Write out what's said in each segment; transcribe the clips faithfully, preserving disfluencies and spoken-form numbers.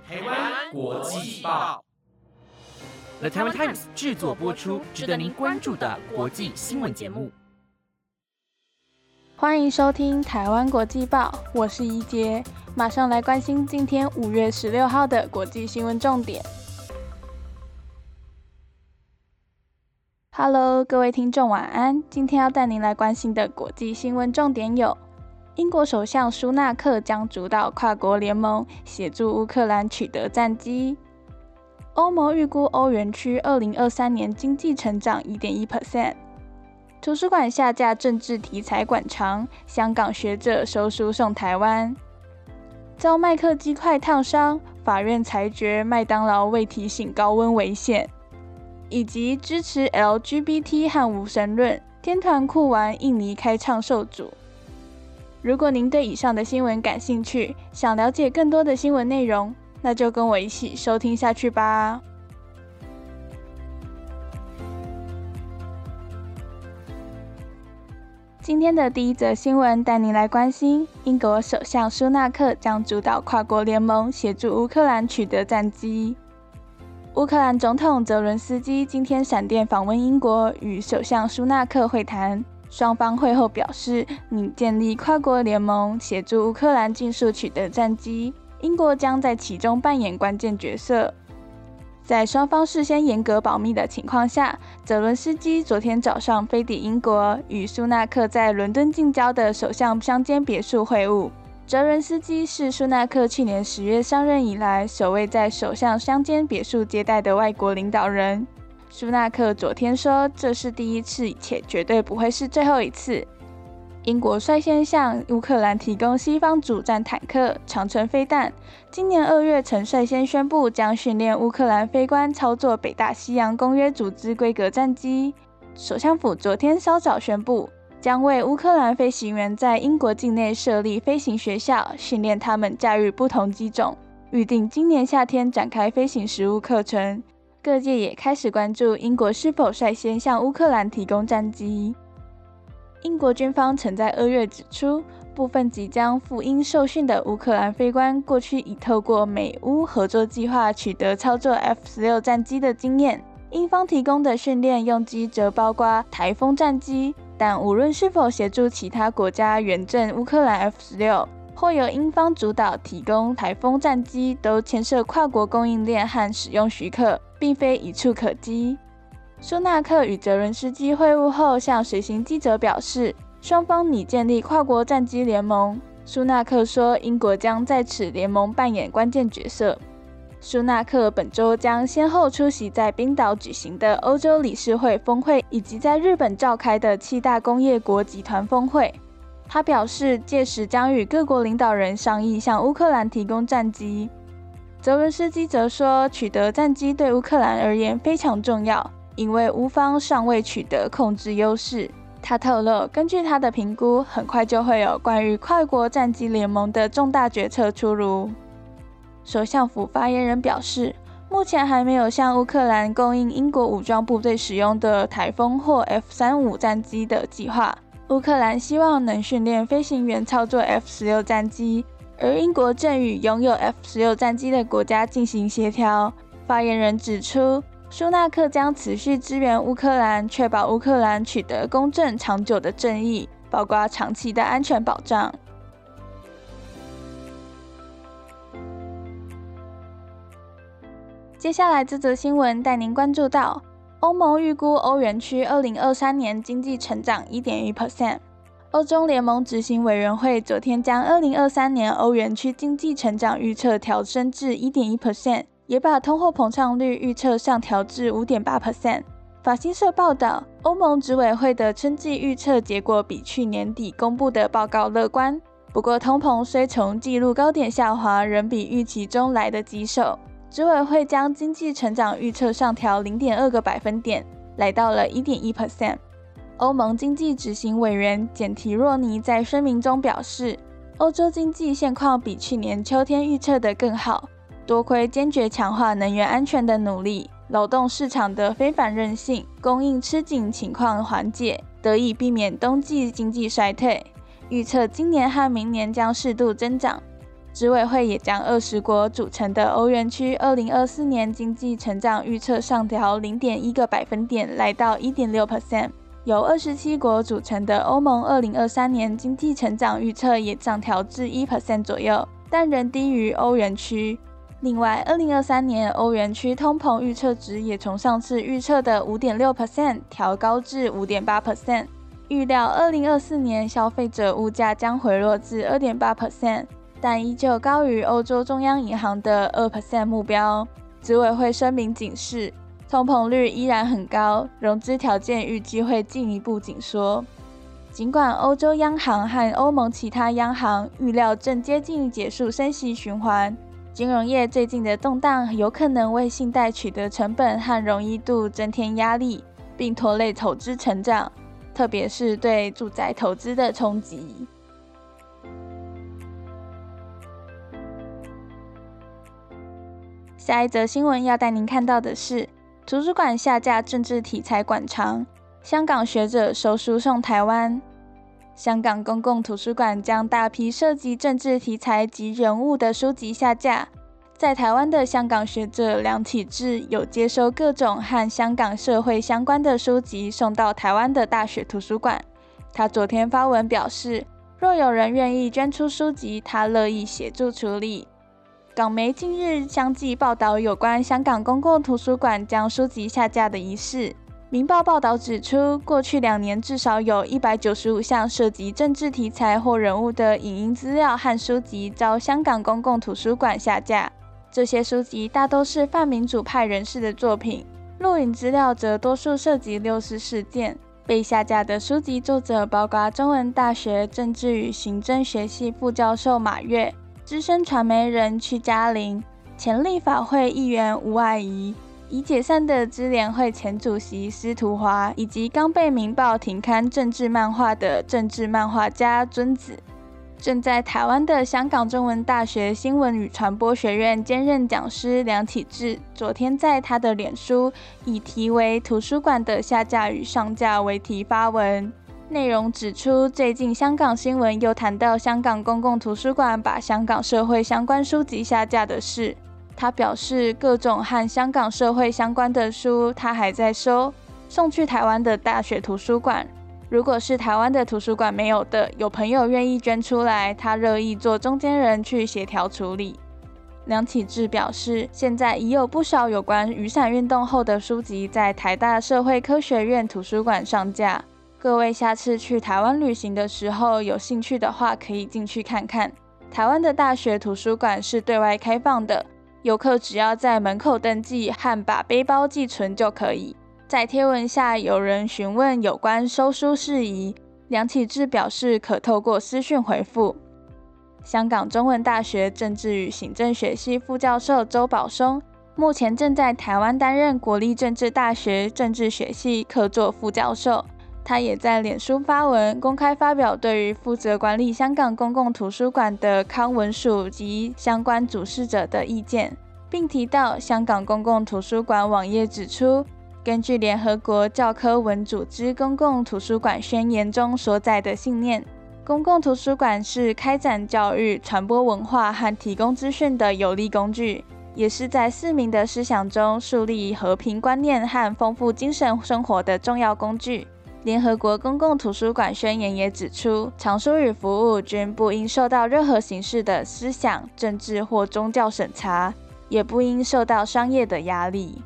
台湾国际报 The Taiwan Times 制作播出，值得您关注的国际新闻节目。 欢迎收听台湾国际报，我是怡杰，马上来关心今天五月十六号的国际新闻重点。Hello， 各位听众晚安。今天要带您来关心的国际新闻重点有：英国首相苏纳克将主导跨国联盟，协助乌克兰取得战机。欧盟预估欧元区二零二三年经济成长 百分之一点一。图书馆下架政治题材馆藏，香港学者收书送台湾。遭麦克鸡块烫伤，法院裁决麦当劳未提醒高温危险。以及支持 L G B T 和无神论，天团酷玩印尼开唱受阻。如果您对以上的新闻感兴趣，想了解更多的新闻内容，那就跟我一起收听下去吧。今天的第一则新闻带您来关心，英国首相苏纳克将主导跨国联盟，协助乌克兰取得战机。乌克兰总统泽伦斯基今天闪电访问英国，与首相苏纳克会谈。双方会后表示，拟建立跨国联盟，协助乌克兰尽速取得战机，英国将在其中扮演关键角色。在双方事先严格保密的情况下，泽伦斯基昨天早上飞抵英国，与苏纳克在伦敦近郊的首相乡间别墅会晤。泽伦斯基是苏纳克去年十月上任以来首位在首相乡间别墅接待的外国领导人。苏纳克昨天说，这是第一次，且绝对不会是最后一次。英国率先向乌克兰提供西方主战坦克、长程飞弹。今年二月曾率先宣布将训练乌克兰飞官操作北大西洋公约组织规格战机。首相府昨天稍早宣布，将为乌克兰飞行员在英国境内设立飞行学校，训练他们驾驭不同机种，预定今年夏天展开飞行实务课程。各界也开始关注英国是否率先向乌克兰提供战机。英国军方曾在二月指出，部分即将赴英受训的乌克兰飞官过去已透过美乌合作计划取得操作 F 十六 战机的经验。英方提供的训练用机则包括台风战机，但无论是否协助其他国家援阵乌克兰 F 十六，或由英方主导提供台风战机，都牵涉跨国供应链和使用许可，并非一触可及。苏纳克与泽伦斯基会晤后向随行记者表示，双方拟建立跨国战机联盟。苏纳克说，英国将在此联盟扮演关键角色。苏纳克本周将先后出席在冰岛举行的欧洲理事会峰会，以及在日本召开的七大工业国集团峰会。他表示，届时将与各国领导人商议向乌克兰提供战机。泽伦斯基则说，取得战机对乌克兰而言非常重要，因为乌方尚未取得控制优势。他透露，根据他的评估，很快就会有关于跨国战机联盟的重大决策出炉。首相府发言人表示，目前还没有向乌克兰供应英国武装部队使用的台风或 F 三十五 战机的计划。乌克兰希望能训练飞行员操作 F 十六 战机，而英国正与拥有 F 十六 战机的国家进行协调。发言人指出，苏纳克将持续支援乌克兰，确保乌克兰取得公正长久的正义，包括长期的安全保障。接下来这则新闻带您关注到，欧盟预估欧元区二零二三年经济成长 百分之一点一。欧洲联盟执行委员会昨天将二零二三年欧元区经济成长预测调升至 百分之一点一， 也把通货膨胀率预测上调至 五点八。法新社报道，欧盟执委会的春季预测结果比去年底公布的报告乐观，不过通膨虽从纪录高点下滑，仍比预期中来得棘手。执委会将经济成长预测上调 零点二个百分点，来到了 百分之一点一。欧盟经济执行委员简提若尼在声明中表示，欧洲经济现况比去年秋天预测的更好，多亏坚决强化能源安全的努力，劳动市场的非凡韧性，供应吃紧情况缓解，得以避免冬季经济衰退。预测今年和明年将适度增长。 执委会也将二十国组成的欧元区二零二四年经济成长预测上调 零点一 个百分点，来到 百分之一点六。由二十七国组成的欧盟二零二三年经济成长预测也上调至 百分之一 左右，但仍低于欧元区。另外，二零二三年欧元区通膨预测值也从上次预测的 百分之五点六 调高至 百分之五点八。预料二零二四年消费者物价将回落至 百分之二点八， 但依旧高于欧洲中央银行的 百分之二 目标。执委会声明警示，通膨率依然很高，融资条件预计会进一步紧缩。尽管欧洲央行和欧盟其他央行预料正接近结束升息循环，金融业最近的动荡有可能为信贷取得成本和容易度增添压力，并拖累投资成长，特别是对住宅投资的冲击。下一则新闻要带您看到的是，图书馆下架政治题材馆藏，香港学者收书送台湾。香港公共图书馆将大批涉及政治题材及人物的书籍下架。在台湾的香港学者梁启智有接收各种和香港社会相关的书籍，送到台湾的大学图书馆。他昨天发文表示，若有人愿意捐出书籍，他乐意协助处理。港媒近日相继报道有关香港公共图书馆将书籍下架的一事。明报报道指出，过去两年至少有一百九十五项涉及政治题材或人物的影音资料和书籍遭香港公共图书馆下架。这些书籍大都是泛民主派人士的作品，录影资料则多数涉及六四事件。被下架的书籍作者包括中文大学政治与行政学系副教授马月、资深传媒人曲嘉玲、前立法会议员吴霭仪、已解散的支联会前主席司徒华，以及刚被明报停刊政治漫画的政治漫画家尊子。正在台湾的香港中文大学新闻与传播学院兼任讲师梁启智，昨天在他的脸书以题为图书馆的下架与上架为题发文，内容指出，最近香港新闻又谈到香港公共图书馆把香港社会相关书籍下架的事。他表示，各种和香港社会相关的书他还在收，送去台湾的大学图书馆。如果是台湾的图书馆没有的，有朋友愿意捐出来，他乐意做中间人去协调处理。梁启智表示，现在已有不少有关雨伞运动后的书籍在台大社会科学院图书馆上架。各位下次去台湾旅行的时候，有兴趣的话可以进去看看。台湾的大学图书馆是对外开放的，游客只要在门口登记和把背包寄存就可以。在贴文下有人询问有关收书事宜，梁启智表示可透过私讯回复。香港中文大学政治与行政学系副教授周宝松，目前正在台湾担任国立政治大学政治学系客座副教授。他也在脸书发文，公开发表对于负责管理香港公共图书馆的康文署及相关主事者的意见，并提到香港公共图书馆网页指出，根据联合国教科文组织公共图书馆宣言中所载的信念，公共图书馆是开展教育、传播文化和提供资讯的有力工具，也是在市民的思想中树立和平观念和丰富精神生活的重要工具。联合国公共图书馆宣言也指出，藏书与服务均不应受到任何形式的思想、政治或宗教审查，也不应受到商业的压力。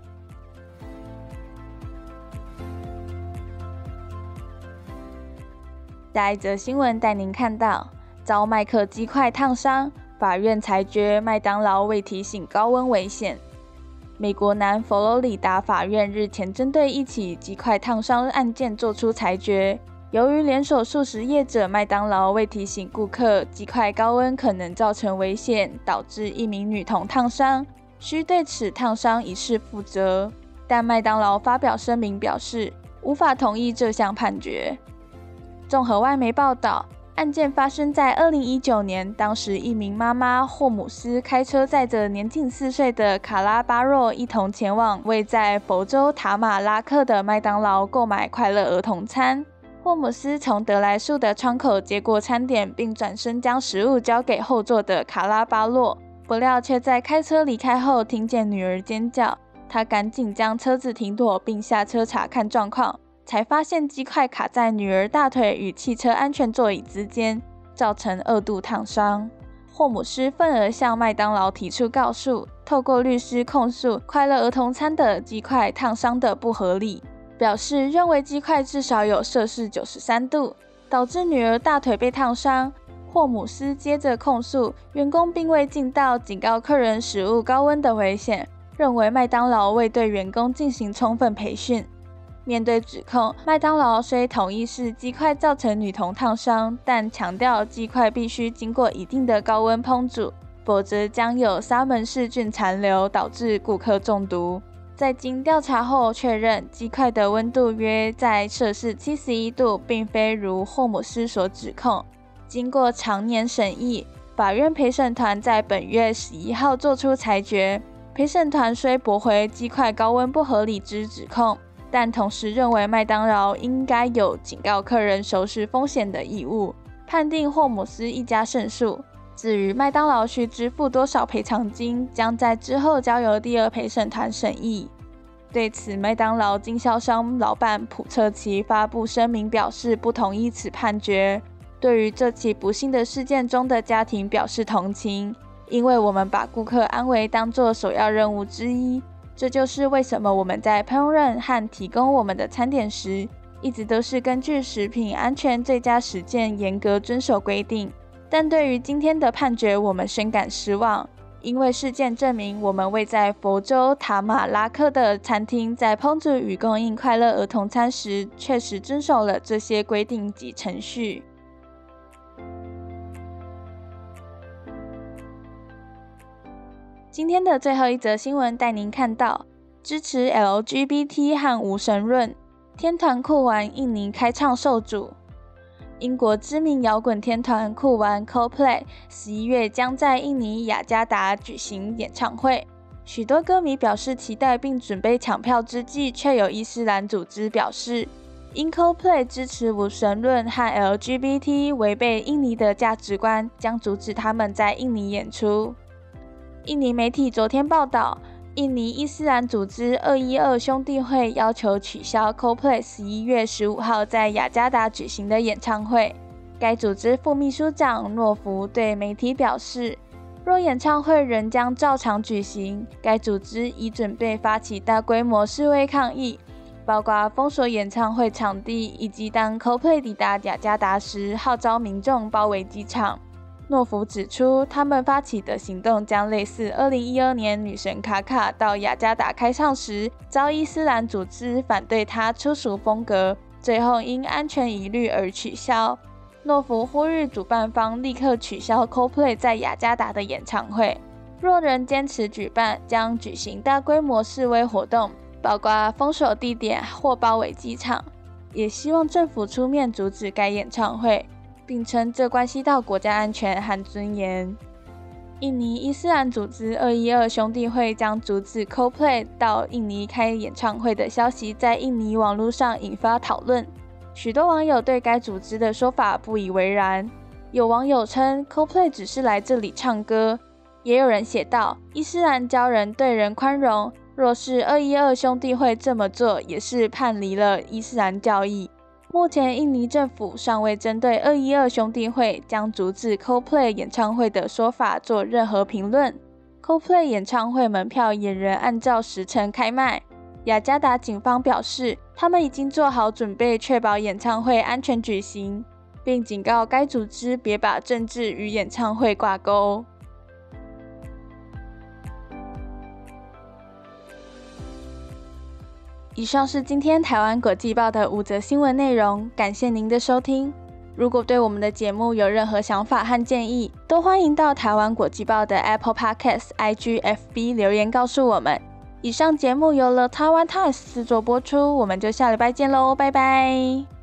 下一则新闻带您看到，遭麦克鸡块烫伤，法院裁决麦当劳未提醒高温危险。美国南佛罗里达法院日前针对一起鸡块烫伤案件作出裁决，由于连锁速食业者麦当劳未提醒顾客鸡块高温可能造成危险，导致一名女童烫伤，需对此烫伤一事负责。但麦当劳发表声明表示，无法同意这项判决。综合外媒报道，案件发生在二零一九年，当时一名妈妈霍姆斯开车载着年仅四岁的卡拉巴若一同前往位在佛州塔马拉克的麦当劳购买快乐儿童餐。 霍姆斯从得来速的窗口接过餐点，并转身将食物交给后座的卡拉巴洛，不料却在开车离开后听见女儿尖叫。他赶紧将车子停妥，并下车查看状况，才发现鸡块卡在女儿大腿与汽车安全座椅之间，造成二度烫伤。霍姆斯愤而向麦当劳提出告诉，透过律师控诉快乐儿童餐的鸡块烫伤的不合理，表示认为鸡块至少有摄氏九十三度，导致女儿大腿被烫伤。霍姆斯接着控诉员工并未尽到警告客人食物高温的危险，认为麦当劳未对员工进行充分培训。面对指控，麦当劳虽同意是鸡块造成女童烫伤，但强调鸡块必须经过一定的高温烹煮，否则将有沙门氏菌残留，导致顾客中毒。在经调查后确认，鸡块的温度约在摄氏七十一度，并非如霍姆斯所指控。经过长年审议，法院陪审团在本月十一号作出裁决。陪审团虽驳回鸡块高温不合理之指控，但同时认为麦当劳应该有警告客人熟识风险的义务，判定霍姆斯一家胜诉。至于麦当劳需支付多少赔偿金，将在之后交由第二陪审团审议。对此，麦当劳经销商老板普彻奇发布声明表示不同意此判决，对于这起不幸的事件中的家庭表示同情，因为我们把顾客安危当作首要任务之一。这就是为什么我们在烹饪和提供我们的餐点时，一直都是根据食品安全最佳实践严格遵守规定。但对于今天的判决，我们深感失望，因为事件证明我们位在佛州塔马拉克的餐厅在烹煮与供应快乐儿童餐时，确实遵守了这些规定及程序。今天的最后一则新闻带您看到，支持 L G B T 和无神论，天团酷玩印尼开唱受阻。英国知名摇滚天团酷玩 Coldplay 十一月将在印尼雅加达举行演唱会，许多歌迷表示期待并准备抢票之际，却有伊斯兰组织表示，因 Coldplay 支持无神论和 L G B T 违背印尼的价值观，将阻止他们在印尼演出。印尼媒体昨天报道，印尼伊斯兰组织二一二兄弟会要求取消 Coldplay 十一月十五号在雅加达举行的演唱会。该组织副秘书长诺夫对媒体表示，若演唱会仍将照常举行，该组织已准备发起大规模示威抗议，包括封锁演唱会场地，以及当 Coldplay 抵达雅加达时，号召民众包围机场。诺夫指出，他们发起的行动将类似二零一二年女神卡卡到雅加达开唱时，遭伊斯兰组织反对她粗俗风格，最后因安全疑虑而取消。诺夫呼吁主办方立刻取消 Coldplay 在雅加达的演唱会，若仍坚持举办，将举行大规模示威活动，包括封锁地点或包围机场，也希望政府出面阻止该演唱会，并称这关系到国家安全和尊严。印尼伊斯兰组织二一二兄弟会将阻止 Coldplay 到印尼开演唱会的消息在印尼网络上引发讨论，许多网友对该组织的说法不以为然。有网友称 Coldplay 只是来这里唱歌，也有人写道，伊斯兰教人对人宽容，若是二一二兄弟会这么做，也是叛离了伊斯兰教义。目前，印尼政府尚未针对二一二兄弟会将阻止 Coldplay 演唱会的说法做任何评论。Coldplay 演唱会门票也仍按照时程开卖。雅加达警方表示，他们已经做好准备，确保演唱会安全举行，并警告该组织别把政治与演唱会挂钩。以上是今天台湾国际报的五则新闻内容，感谢您的收听。如果对我们的节目有任何想法和建议，都欢迎到台湾国际报的 Apple Podcast、I G、F B 留言告诉我们。以上节目由了台湾 Times 制作播出，我们就下礼拜见喽，拜拜。